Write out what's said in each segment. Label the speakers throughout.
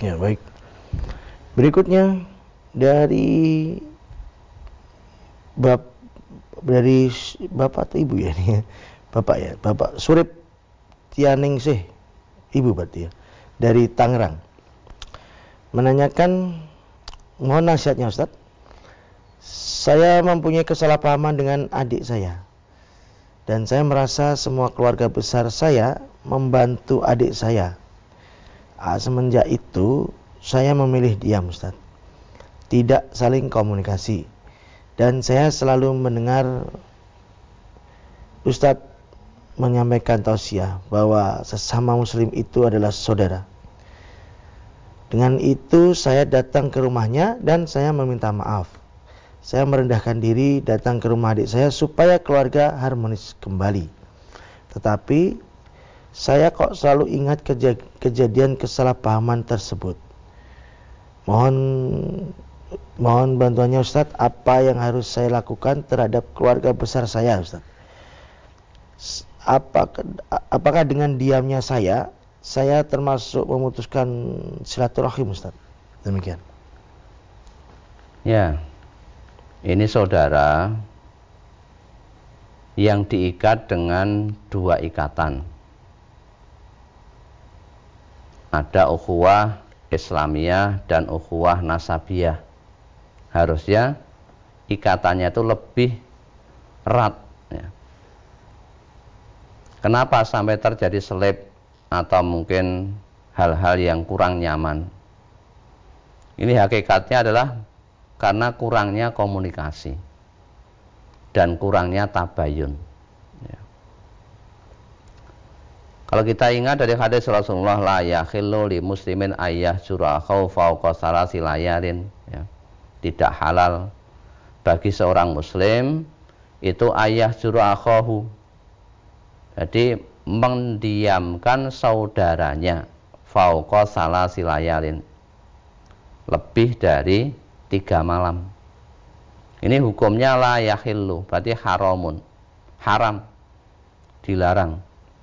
Speaker 1: Ya, baik. Berikutnya dari bapak atau ibu ya ini ya. Bapak ya, Bapak Surip Tianingsih, ibu berarti ya, dari Tangerang, menanyakan, mohon nasihatnya Ustadz. Saya mempunyai kesalahpahaman dengan adik saya, dan saya merasa semua keluarga besar saya membantu adik saya. Semenjak itu saya memilih diam Ustadz, tidak saling komunikasi, dan saya selalu mendengar Ustadz menyampaikan tausiah bahwa sesama muslim itu adalah saudara. Dengan itu saya datang ke rumahnya dan saya meminta maaf. Saya merendahkan diri datang ke rumah adik saya supaya keluarga harmonis kembali. Tetapi saya kok selalu ingat kejadian kesalahpahaman tersebut. Mohon bantuannya Ustadz, apa yang harus saya lakukan terhadap keluarga besar saya Ustadz? Apakah dengan diamnya saya termasuk memutuskan silaturahim Ustaz? Demikian.
Speaker 2: Ya, ini saudara yang diikat dengan dua ikatan. Ada ukhuwah Islamiyah dan ukhuwah Nasabiyah. Harusnya ikatannya itu lebih erat ya. Kenapa sampai terjadi selip atau mungkin hal-hal yang kurang nyaman? Ini hakikatnya adalah karena kurangnya komunikasi dan kurangnya tabayun ya. Kalau kita ingat dari hadis Rasulullah, la yakhillu li muslimin ayyah jura'akhaw fauqa salasi layarin ya. Tidak halal bagi seorang muslim itu ayah jura'akhahu, jadi mendiamkan saudaranya fauqa salasi layalin, lebih dari 3 malam. Ini hukumnya la yahillu, berarti haramun, haram, dilarang.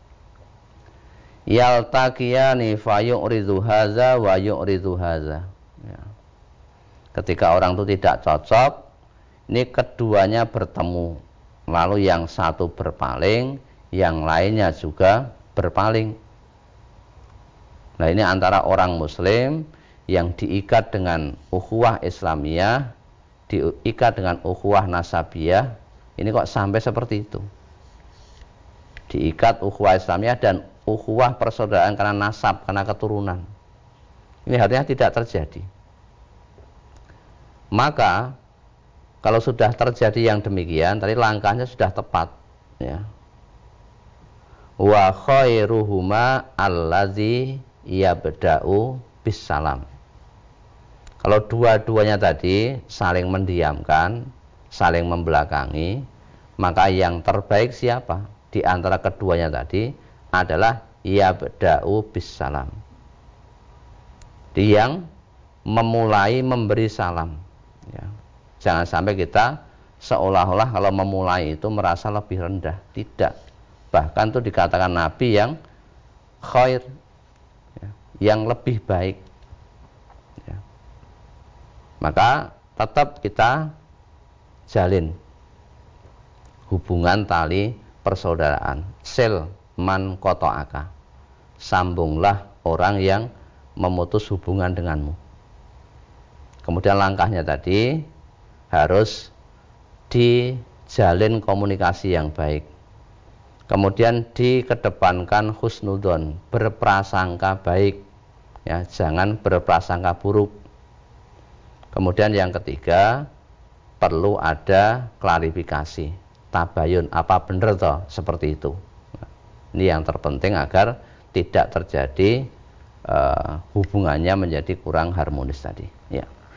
Speaker 2: Yaltaqiyani fayu'ridhu haza wa yu'ridhu haza ya. Ketika orang itu tidak cocok, ini keduanya bertemu, lalu yang satu berpaling, yang lainnya juga berpaling. Nah, ini antara orang muslim yang diikat dengan ukhuwah Islamiyah, diikat dengan ukhuwah Nasabiyah, ini kok sampai seperti itu. Diikat ukhuwah Islamiyah dan ukhuwah persaudaraan karena nasab, karena keturunan. Ini harusnya tidak terjadi. Maka kalau sudah terjadi yang demikian, tadi langkahnya sudah tepat ya. Wa khairuhuma allazi yabda'u bisalam. Kalau dua-duanya tadi saling mendiamkan, saling membelakangi, maka yang terbaik siapa? Di antara keduanya tadi adalah yabda'u bisalam. Dia yang memulai memberi salam ya. Jangan sampai kita seolah-olah kalau memulai itu merasa lebih rendah. Tidak. Bahkan itu dikatakan Nabi yang khair ya, yang lebih baik ya. Maka tetap kita jalin hubungan tali persaudaraan. Sil man qata'aka, sambunglah orang yang memutus hubungan denganmu. Kemudian langkahnya tadi harus dijalin komunikasi yang baik. Kemudian dikedepankan husnudon, berprasangka baik ya, jangan berprasangka buruk. Kemudian yang ketiga, perlu ada klarifikasi, tabayun, apa benar toh seperti itu. Ini yang terpenting agar tidak terjadi hubungannya menjadi kurang harmonis tadi ya.